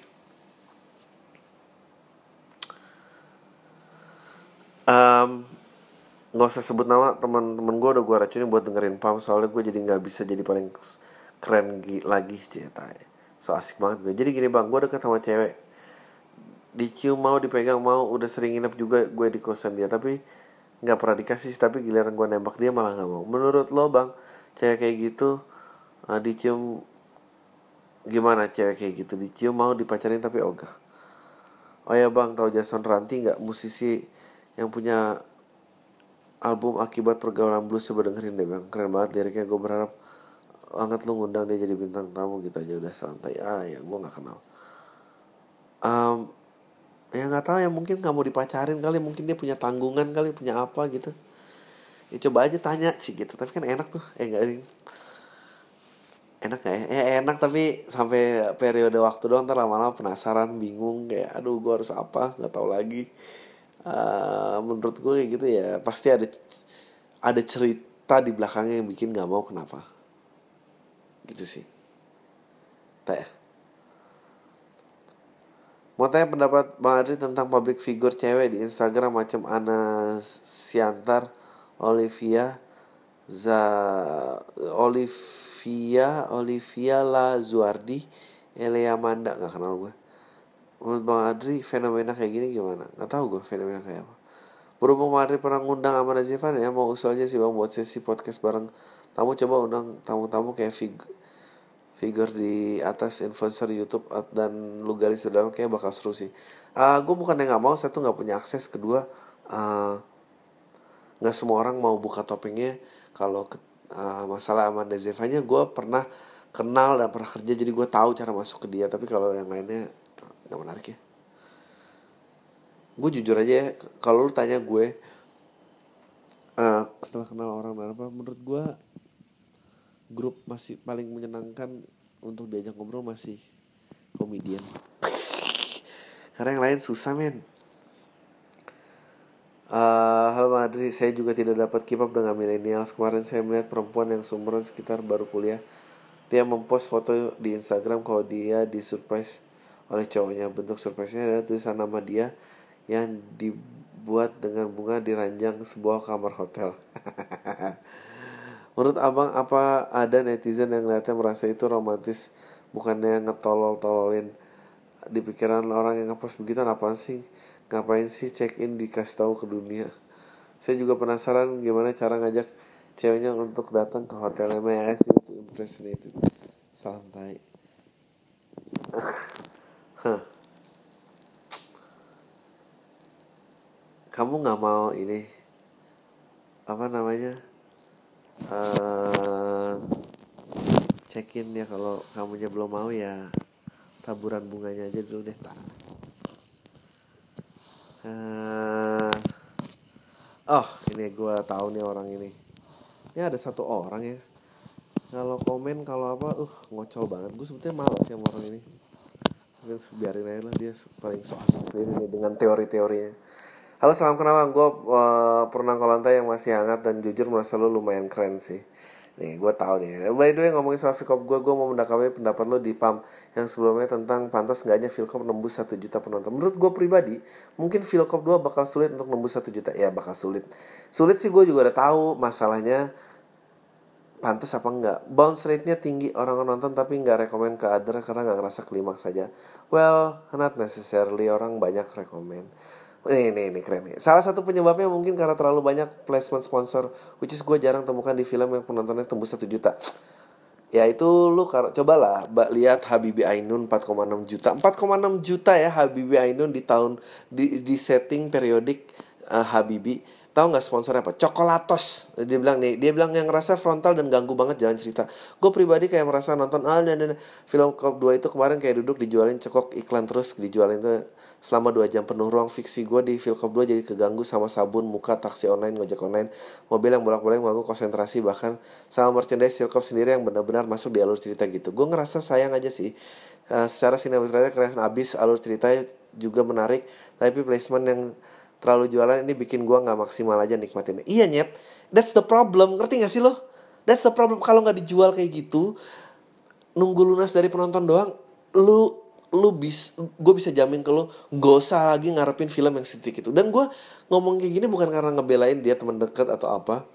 Nggak usah sebut nama teman-teman gue, udah gue racunin buat dengerin Pam, soalnya gue jadi nggak bisa jadi paling keren lagi ceritanya. So asik banget gue. Jadi gini bang, gue deket sama cewek, dicium mau, dipegang mau, udah sering nginep juga gue di kosan dia, tapi nggak pernah dikasih. Tapi giliran gue nembak dia malah nggak mau. Menurut lo bang, cewek kayak gitu dicium gimana? Cewek kayak gitu dicium mau, dipacarin tapi ogah. Oh ya bang, tahu Jason Ranti nggak, musisi yang punya album Akibat Pergaulan Blues? Coba dengerin deh bang, keren banget liriknya. Gue berharap banget lu ngundang dia jadi bintang tamu gitu aja, udah santai. Ya gue nggak kenal. Ya nggak tahu ya, mungkin nggak mau dipacarin kali, mungkin dia punya tanggungan kali, punya apa gitu. Ya coba aja tanya sih gitu, tapi kan enak tuh. Nggak enak gak ya? Enak, tapi sampai periode waktu doang, ntar lama-lama penasaran, bingung, kayak aduh gue harus apa, nggak tahu lagi. Menurut gue kayak gitu ya, pasti ada cerita di belakangnya yang bikin nggak mau, kenapa gitu sih. Tak ya. Mau tanya pendapat Bang Adri tentang public figure cewek di Instagram macam Ana Siantar, Olivia Za Olivia La Zuardi, Elea Manda, nggak kenal gue. Menurut Bang Adri fenomena kayak gini gimana? Nggak tahu gue fenomena kayak apa. Berhubung Bang Adri pernah ngundang Amanda Zevan ya, mau usul aja sih bang buat sesi podcast bareng tamu. Coba undang tamu-tamu kayak figure di atas influencer YouTube, dan lu gali sedalam, kayak bakal seru sih. Gue bukan yang nggak mau, saya tuh nggak punya akses. Kedua, nggak semua orang mau buka topengnya. Kalau masalah Amanda Zevanya, gue pernah kenal dan pernah kerja, jadi gue tahu cara masuk ke dia. Tapi kalau yang lainnya nggak menarik ya. Gue jujur aja ya, kalau lu tanya gue setelah kenal orang dan apa, menurut gue grup masih paling menyenangkan untuk diajak ngobrol masih komedian. Karena yang lain susah men. Halo Madri, saya juga tidak dapat keep up dengan millennials. Kemarin saya melihat perempuan yang seumuran sekitar baru kuliah. Dia mempost foto di Instagram kalau dia disurprise oleh cowoknya. Bentuk surprise-nya adalah tulisan nama dia yang dibuat dengan bunga di ranjang sebuah kamar hotel. Menurut abang, apa ada netizen yang ngeliatnya merasa itu romantis, bukannya ngetolol-tololin di pikiran orang yang ngepost begitu? Apaan sih? Ngapain sih check in dikasih tahu ke dunia? Saya juga penasaran gimana cara ngajak ceweknya untuk datang ke hotel MAS itu impressionated. Santai. Kamu nggak mau ini apa namanya check in ya? Kalau kamunya belum mau ya taburan bunganya aja dulu deh. Oh, ini gue tahu nih orang ini. Ya ada satu orang ya. Kalau komen kalau apa, ngocol banget. Gue sebetulnya malas ya sama orang ini. Biarin aja lah, dia paling so asik sendiri nih dengan teori-teorinya. Halo, salam kenal bang. Gue pernah kolontai yang masih hangat dan jujur merasa lo lumayan keren sih. Nih, gue tahu nih. By the way, ngomongin soal Vilkop gue mau mendakwahi pendapat lo di PAM yang sebelumnya tentang pantas nggaknya Vilkop nembus 1 juta penonton. Menurut gue pribadi, mungkin Vilkop 2 bakal sulit untuk nembus 1 juta. Ya, bakal sulit. Sulit sih, gue juga udah tahu. Masalahnya pantas apa enggak. Bounce rate-nya tinggi, orang nonton tapi nggak rekomen ke other karena nggak ngerasa klimaks saja. Well, not necessarily, orang banyak rekomen. Ini keren nih. Salah satu penyebabnya mungkin karena terlalu banyak placement sponsor, which is gue jarang temukan di film yang penontonnya tembus 1 juta. Ya itu lu cobalah lihat Habibie Ainun 4,6 juta. 4,6 juta ya Habibie Ainun di tahun di setting periodik Habibie. Tahu nggak sponsornya apa? Coklatos. Dia bilang yang ngerasa frontal dan ganggu banget jalan cerita. Gue pribadi kayak merasa nonton film Cop 2 itu kemarin kayak duduk dijualin cekok iklan terus dijualin tuh selama 2 jam penuh. Ruang fiksi gue di film Cop 2 jadi keganggu sama sabun muka, taksi online, ngojek online, mobil yang bolak-balik mengganggu konsentrasi, bahkan sama merchandise film Cop sendiri yang benar-benar masuk di alur cerita gitu. Gue ngerasa sayang aja sih. Secara sinematik keren abis, alur ceritanya juga menarik, tapi placement yang terlalu jualan ini bikin gue nggak maksimal aja nikmatin. Iya nyet, that's the problem, ngerti nggak sih lo? That's the problem. Kalau nggak dijual kayak gitu, nunggu lunas dari penonton doang, gue bisa jamin ke lo gak usah lagi ngarepin film yang sedikit itu. Dan gue ngomong kayak gini bukan karena ngebelain dia teman dekat atau apa,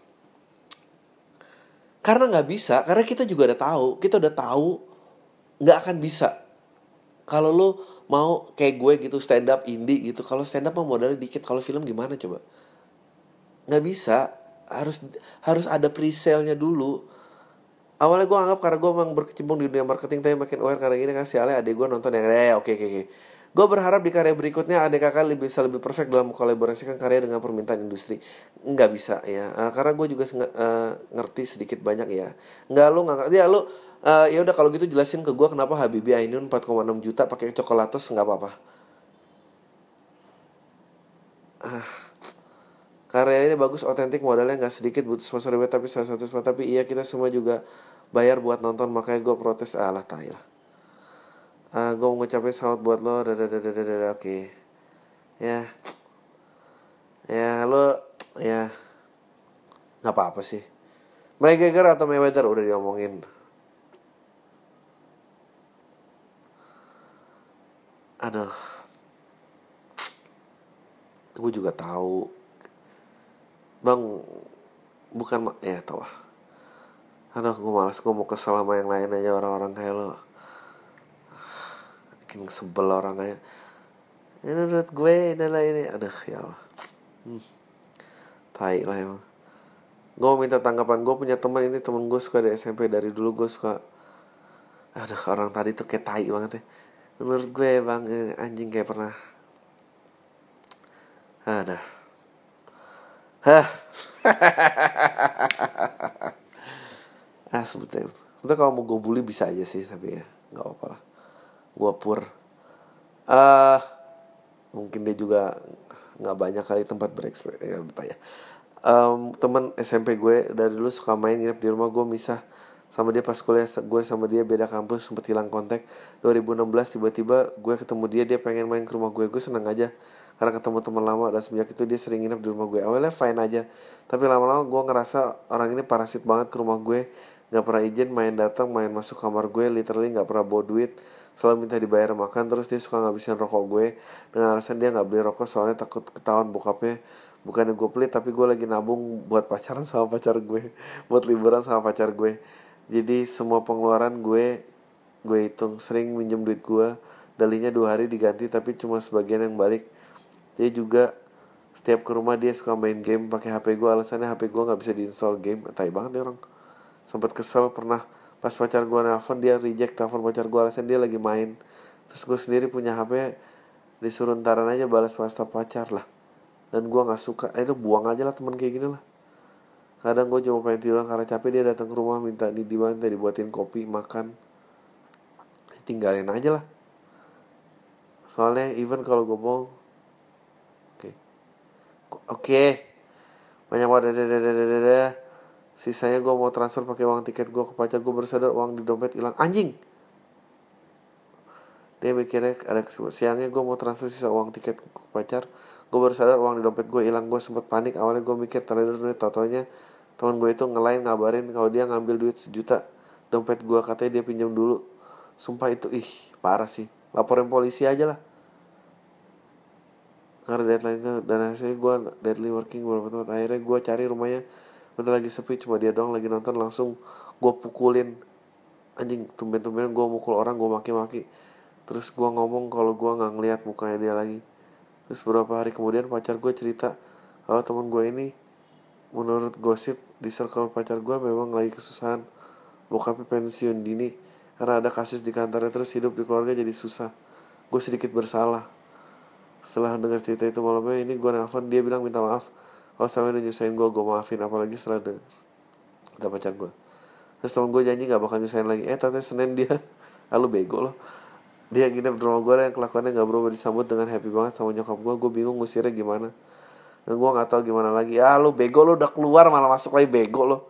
karena nggak bisa, karena kita juga udah tahu nggak akan bisa. Kalau lo mau kayak gue gitu stand up indie gitu, kalau stand up mah modalnya dikit, kalau film gimana coba? Nggak bisa, harus ada pre-sale-nya dulu. Awalnya gue anggap karena gue memang berkecimpung di dunia marketing, tapi makin aware karena gini kan sialnya adik gue nonton yang oke. Gue berharap di karya berikutnya adik kakak bisa lebih perfect dalam mengkolaborasikan karya dengan permintaan industri. Nggak bisa ya, karena gue juga ngerti sedikit banyak ya. Nggak ngerti ya lo. Ya udah kalau gitu jelasin ke gue kenapa Habibie Ainun 4,6 juta pakai coklatos nggak apa-apa. Karya ini bagus, otentik, modalnya nggak sedikit, butuh sponsor ribet tapi salah satu sponsor. Tapi iya kita semua juga bayar buat nonton, makanya gue protes. Alah tai lah. Gue mau ngucapin selamat buat lo. Oke. Ya lo ya nggak apa-apa sih. McGregor atau Mayweather udah diomongin. Aduh, gue juga tahu bang, bukan ya tau lah. Aduh, gue malas, gue mau kesel sama yang lain aja, orang-orang kayak lo. Bikin sebel orang kayak ini menurut gue adalah ini. Aduh ya Allah, tai lah emang. Gue mau minta tanggapan. Gue punya teman ini, temen gue suka dari SMP, dari dulu gue suka. Aduh, orang tadi tuh kayak tai banget ya. Menurut gue bang, anjing kayak pernah. Aduh. Sebetulnya kalau mau gue bully bisa aja sih, tapi ya nggak apa-apa lah. Gue pur. Mungkin dia juga nggak banyak kali tempat berekspresi ya, bertanya. Teman SMP gue dari dulu suka main nginep di rumah gue, misah sama dia pas kuliah. Gue sama dia beda kampus, sempet hilang kontak. 2016 tiba-tiba gue ketemu dia pengen main ke rumah gue seneng aja karena ketemu teman lama, dan sejak itu dia sering nginep di rumah gue. Awalnya fine aja, tapi lama-lama gue ngerasa orang ini parasit banget ke rumah gue. Gak pernah izin, main datang, main masuk kamar gue, literally gak pernah bawa duit. Selalu minta dibayar makan, terus dia suka ngabisin rokok gue dengan alasan dia gak beli rokok soalnya takut ketahuan bokapnya. Bukannya gue pelit, tapi gue lagi nabung buat pacaran sama pacar gue, buat liburan sama pacar gue. Jadi semua pengeluaran gue hitung. Sering minjem duit gue, dalinya 2 hari diganti tapi cuma sebagian yang balik. Dia juga setiap ke rumah dia suka main game pakai HP gue, alasannya HP gue nggak bisa diinstal game. Tai banget ya orang. Sempet kesel pernah pas pacar gue nelfon, dia reject telepon pacar gue alasan dia lagi main. Terus gue sendiri punya HP, disuruh ntaran aja balas WhatsApp pacar lah. Dan gue nggak suka, itu buang aja lah teman kayak gini lah. Kadang gue cuma pengen tidur karena capek, dia datang ke rumah minta dibuatin kopi makan, tinggalin aja lah. Soalnya even kalau gue bohong, oke, banyak banget dadah. Sisanya gue mau transfer pakai uang tiket gue ke pacar, gue baru sadar uang di dompet hilang. Anjing. Dia mikirnya ada siangnya gue mau transfer sisa uang tiket ke pacar, gue baru sadar uang di dompet gue hilang. Gue sempet panik, awalnya gue mikir terlalu duit, tau-taunya teman gue itu ngelain ngabarin kalau dia ngambil duit 1 juta dompet gue, katanya dia pinjam dulu. Sumpah itu parah sih, laporin polisi aja lah. Karena deadline dan hasilnya gue deadly working beberapa tempat. Akhirnya gue cari rumahnya, udah lagi sepi, cuma dia doang lagi nonton. Langsung gue pukulin. Anjing, tumben-tumben gue mukul orang, gue maki-maki. Terus gue ngomong kalau gue gak ngeliat mukanya dia lagi. Terus beberapa hari kemudian pacar gue cerita kalau temen gue ini, menurut gosip di circle pacar gue, memang lagi kesusahan. Bokapnya pensiun dini karena ada kasus di kantornya, terus hidup di keluarga jadi susah. Gue sedikit bersalah. Setelah dengar cerita itu malamnya ini gue nelfon, dia bilang minta maaf kalau sampai udah nyusahin gue maafin. Apalagi setelah denger kata pacar gue. Terus temen gue janji gak bakal nyusahin lagi. Ternyata Senin dia lu bego loh, dia nginep di rumah gue yang kelakuannya gak berubah, disambut dengan happy banget sama nyokap gue. Gue bingung ngusirnya gimana, dan gue gak tahu gimana lagi. Lu bego, lu udah keluar malah masuk lagi, bego lo.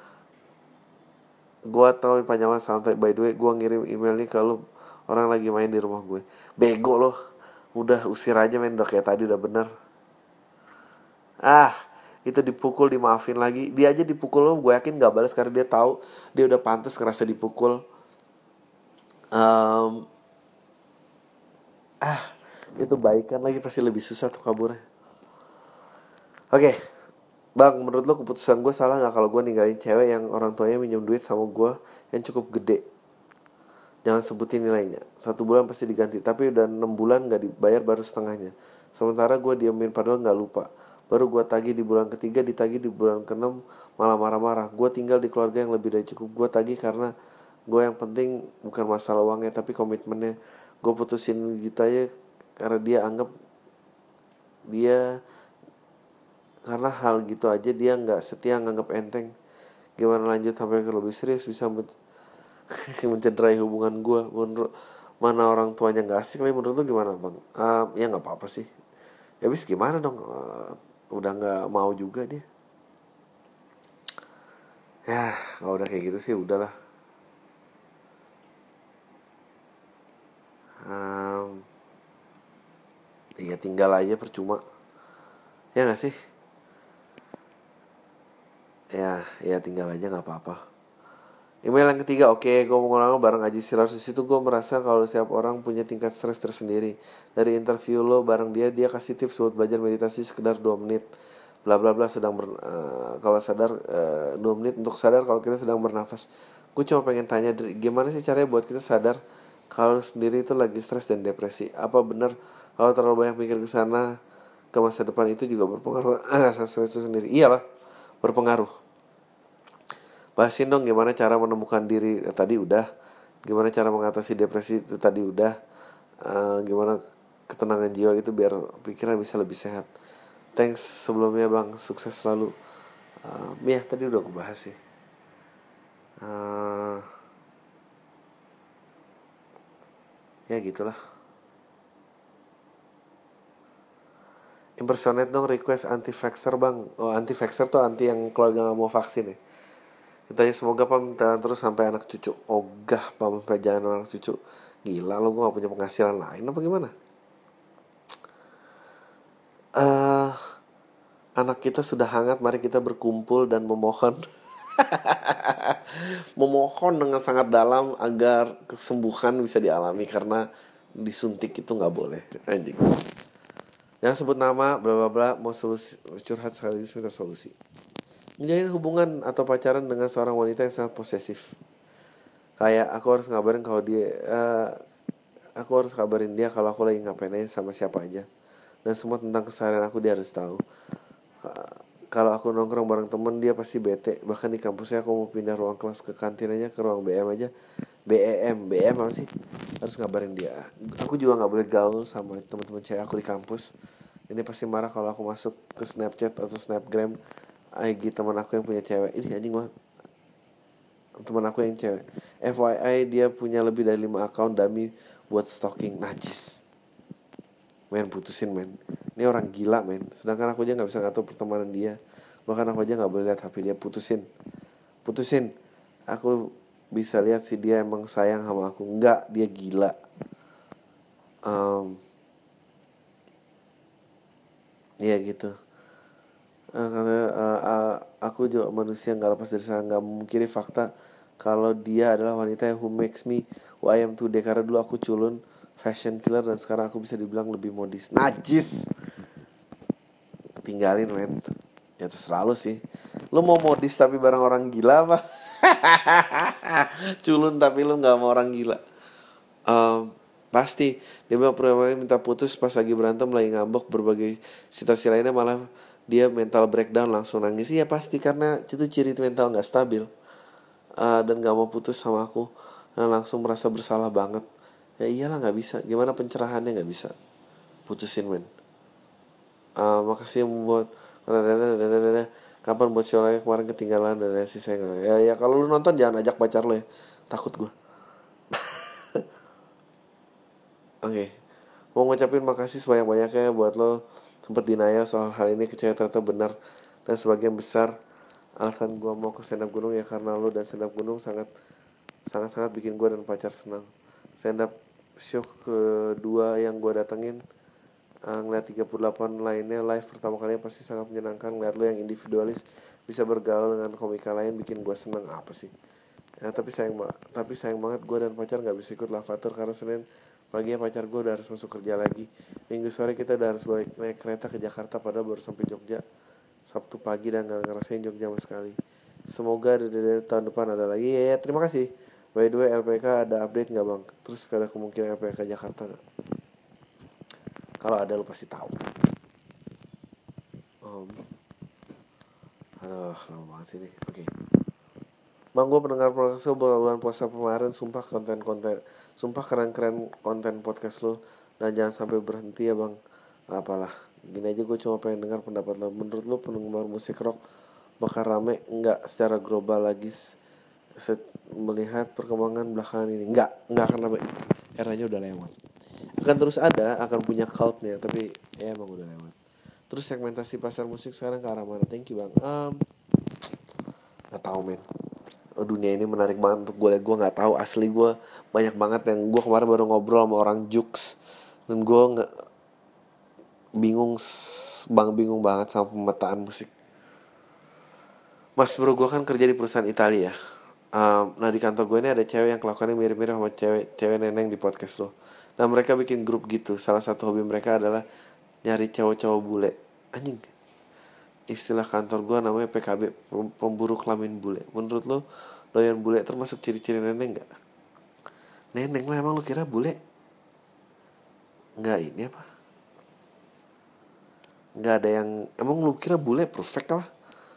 Gue tahu panjangan santai. By the way, gue ngirim email nih kalau orang lagi main di rumah gue. Bego lo, udah usir aja men, udah kayak tadi, udah bener. Itu dipukul dimaafin lagi. Dia aja dipukul lo, gue yakin gak balas karena dia tahu dia udah pantas ngerasa dipukul. Itu baikan lagi pasti lebih susah tuh kaburnya. Oke, Bang, menurut lo keputusan gue salah gak kalau gue ninggalin cewek yang orang tuanya minjem duit sama gue yang cukup gede? Jangan sebutin nilainya. 1 bulan pasti diganti, tapi udah 6 bulan gak dibayar baru setengahnya. Sementara gue diamin padahal gak lupa. Baru gue tagih di bulan ketiga, ditagih di bulan ke-6 malah marah-marah. Gue tinggal di keluarga yang lebih dari cukup. Gue tagih karena gue yang penting bukan masalah uangnya tapi komitmennya. Gue putusin gitu aja karena dia anggap dia karena hal gitu aja dia nggak setia, nganggap enteng. Gimana lanjut sampai ke lebih serius bisa mencederai hubungan gue? Menurut mana orang tuanya nggak asik lagi, menurut lu gimana bang? Ya nggak apa-apa sih. Ya bis gimana dong? Udah nggak mau juga dia. Ya kalau udah kayak gitu sih udahlah. Ya tinggal aja percuma. Ya nggak sih? Ya tinggal aja nggak apa-apa. Email yang ketiga, oke, gue mau ngulang bareng Aji Sirasus itu gue merasa kalau setiap orang punya tingkat stres tersendiri. Dari interview lo bareng dia kasih tips buat belajar meditasi sekedar 2 menit. Bla bla bla kalau sadar 2 menit untuk sadar kalau kita sedang bernafas. Gue cuma pengen tanya, gimana sih caranya buat kita sadar kalau sendiri itu lagi stres dan depresi? Apa benar kalau terlalu banyak mikir ke sana ke masa depan itu juga berpengaruh stres itu sendiri? Iyalah, berpengaruh. Bahasin dong gimana cara menemukan diri, tadi udah. Gimana cara mengatasi depresi itu tadi udah. Gimana ketenangan jiwa itu biar pikiran bisa lebih sehat. Thanks sebelumnya bang, sukses selalu. Ya tadi udah aku bahas sih. Ya gitulah. Impersonate dong, request anti-vaxxer bang. Anti-vaxxer tuh anti yang keluarga gak mau vaksin ya. Kita semoga pam terus sampai anak cucu. Ogah pam sampai jangan anak cucu. Gila lo, gue gak punya penghasilan lain apa gimana? Anak kita sudah hangat, mari kita berkumpul dan memohon Memohon dengan sangat dalam agar kesembuhan bisa dialami, karena disuntik itu nggak boleh, anjing. Jangan sebut nama, bla bla bla, mau solusi, curhat sekaligus minta solusi. Menjalin hubungan atau pacaran dengan seorang wanita yang sangat posesif. Kayak aku harus ngabarin kalau dia aku harus kabarin dia kalau aku lagi ngapain aja sama siapa aja. Dan semua tentang keseharian aku dia harus tahu. Kalau aku nongkrong bareng temen dia pasti bete. Bahkan di kampusnya aku mau pindah ruang kelas ke kantin aja, ke ruang BM aja. BM apa sih? Harus ngabarin dia. Aku juga nggak boleh gaul sama teman-teman cewek aku di kampus. Ini pasti marah kalau aku masuk ke Snapchat atau Snapgram IG teman aku yang punya cewek. Ini anjing banget. Teman aku yang cewek. FYI dia punya lebih dari 5 account dummy buat stalking. Najis. Men, putusin men. Ini orang gila men. Sedangkan aku aja gak bisa ngatur pertemanan dia. Bahkan aku aja gak boleh lihat HP dia. Putusin. Aku bisa lihat sih dia emang sayang sama aku. Enggak, dia gila. Iya gitu. Aku juga manusia gak lepas dari sana. Gak memungkiri fakta kalau dia adalah wanita who makes me who I am today. Karena dulu aku culun, fashion killer, dan sekarang aku bisa dibilang lebih modis. Najis. Tinggalin men. Ya terserah lu sih. Lu mau modis tapi bareng orang gila apa? Culun tapi lu gak mau orang gila. Pasti dia pernah minta putus pas lagi berantem, lagi ngambek, berbagai situasi lainnya, malah dia mental breakdown, langsung nangis. Iya pasti, karena itu ciri mental gak stabil. Dan gak mau putus sama aku, dan langsung merasa bersalah banget. Ya iyalah gak bisa. Gimana pencerahannya, gak bisa. Putusin men. Makasih buat kapan buat show lagi, kemarin ketinggalan dan sih saya nggak. Ya kalau lu nonton jangan ajak pacar lo ya, takut gue. Oke. Mau ngucapin makasih sebanyak-banyaknya buat lo sempet denial soal hal ini, kecewa ternyata benar. Dan sebagian besar alasan gue mau ke stand up gunung ya karena lo, dan stand up gunung sangat bikin gue dan pacar senang. Stand up show kedua yang gue datengin, ngeliat 38 lainnya live pertama kalinya pasti sangat menyenangkan. Ngeliat lo yang individualis bisa bergaul dengan komika lain bikin gue seneng. Apa sih ya, tapi sayang banget gue dan pacar gak bisa ikut lavatur karena Senin paginya pacar gue udah harus masuk kerja lagi. Minggu sore kita udah harus balik naik kereta ke Jakarta, padahal baru sampai Jogja Sabtu pagi dan gak ngerasain Jogja sama sekali. Semoga dari tahun depan ada lagi ya. Terima kasih. By the way, LPK ada update gak bang? Terus ada kemungkinan LPK Jakarta gak? Kalau ada lo pasti tahu. Aduh, lama banget sih nih. Oke. Bang, gue pendengar podcast lo bulan puasa kemarin. Sumpah keren-keren konten podcast lo. Dan jangan sampai berhenti ya bang. Apalah, gini aja gue cuma pengen dengar pendapat lo. Menurut lo penggemar musik rock bakal rame enggak secara global lagi melihat perkembangan belakangan ini? Enggak akan rame. Eranya udah lewat. Akan terus ada, akan punya cultnya, tapi ya emang udah lewat. Terus segmentasi pasar musik sekarang ke arah mana? Thank you bang. Gak tau men. Dunia ini menarik banget untuk gue. Gue nggak tahu asli, gue banyak banget yang gue kemarin baru ngobrol sama orang Jux, dan gue nggak bingung banget sama pemetaan musik. Mas bro, gue kan kerja di perusahaan Italia. Nah di kantor gue ini ada cewek yang kelakuannya mirip-mirip sama cewek neneng di podcast lo. Nah mereka bikin grup gitu. Salah satu hobi mereka adalah nyari cowok-cowok bule. Anjing, istilah kantor gue namanya PKB, pemburu kelamin bule. Menurut lo doyan bule termasuk ciri-ciri neneng gak? Neneng lah, emang lo kira bule gak ini apa? Gak ada yang, emang lo kira bule perfect apa?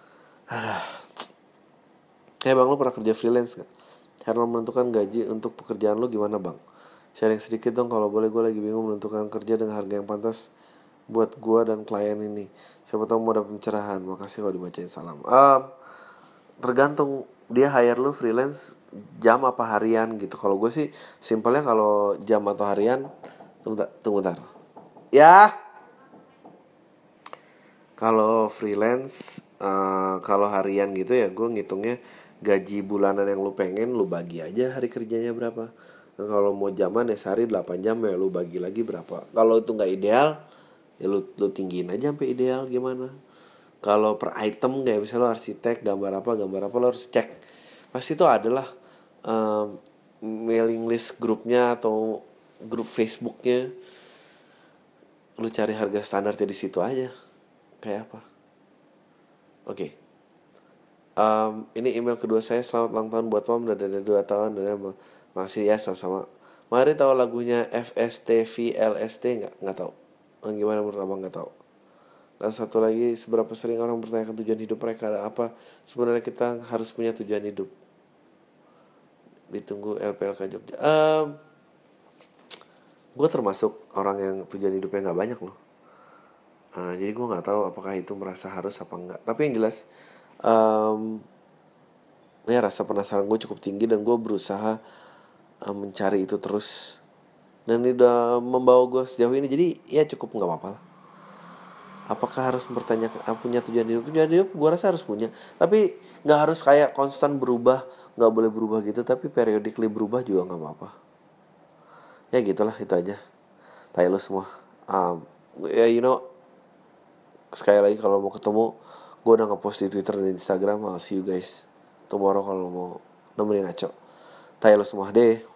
Bang, lo pernah kerja freelance gak? Cara menentukan gaji untuk pekerjaan lo gimana bang? Sharing sedikit dong kalau boleh, gue lagi bingung menentukan kerja dengan harga yang pantas buat gue dan klien ini. Siapa tahu mau dapet pencerahan. Makasih kalau dibacain, salam. Tergantung dia hire lu freelance jam apa harian gitu. Kalau gue sih simpelnya kalau jam atau harian, tunggu bentar. Ya, kalau freelance kalau harian gitu ya gue ngitungnya gaji bulanan yang lu pengen, lu bagi aja hari kerjanya berapa. Nah, kalau mau jaman ya sehari 8 jam ya lu bagi lagi berapa. Kalau itu gak ideal ya lu tinggiin aja sampai ideal gimana. Kalau per item kayak misalnya lo arsitek gambar apa lo harus cek pasti itu adalah mailing list grupnya atau grup Facebooknya. Lu cari harga standarnya di situ aja kayak apa. Oke. Ini email kedua saya. Selamat ulang tahun buat Pom dan ada 2 tahun dan makasih ya sama-sama. Mari tahu lagunya FSTV LST nggak tahu. Gimana menurut abang nggak tahu. Dan satu lagi, seberapa sering orang bertanyakan tujuan hidup mereka ada apa? Sebenarnya kita harus punya tujuan hidup. Ditunggu LPLK Jogja. Gue termasuk orang yang tujuan hidupnya nggak banyak loh. Jadi gue nggak tahu apakah itu merasa harus apa enggak. Tapi yang jelas, ya rasa penasaran gue cukup tinggi dan gue berusaha mencari itu terus. Dan ini udah membawa gue sejauh ini. Jadi ya cukup nggak apa-apa lah. Apakah harus bertanya punya tujuan hidup? Tujuan hidup gue rasa harus punya. Tapi nggak harus kayak konstan berubah, nggak boleh berubah gitu. Tapi periodically berubah juga nggak apa-apa. Ya gitulah, itu aja. Tai lu semua. Ya sekali lagi kalau mau ketemu, gue udah ngepost di Twitter dan Instagram. I'll see you guys tomorrow kalau mau nemenin Aco. Tai lu semua deh.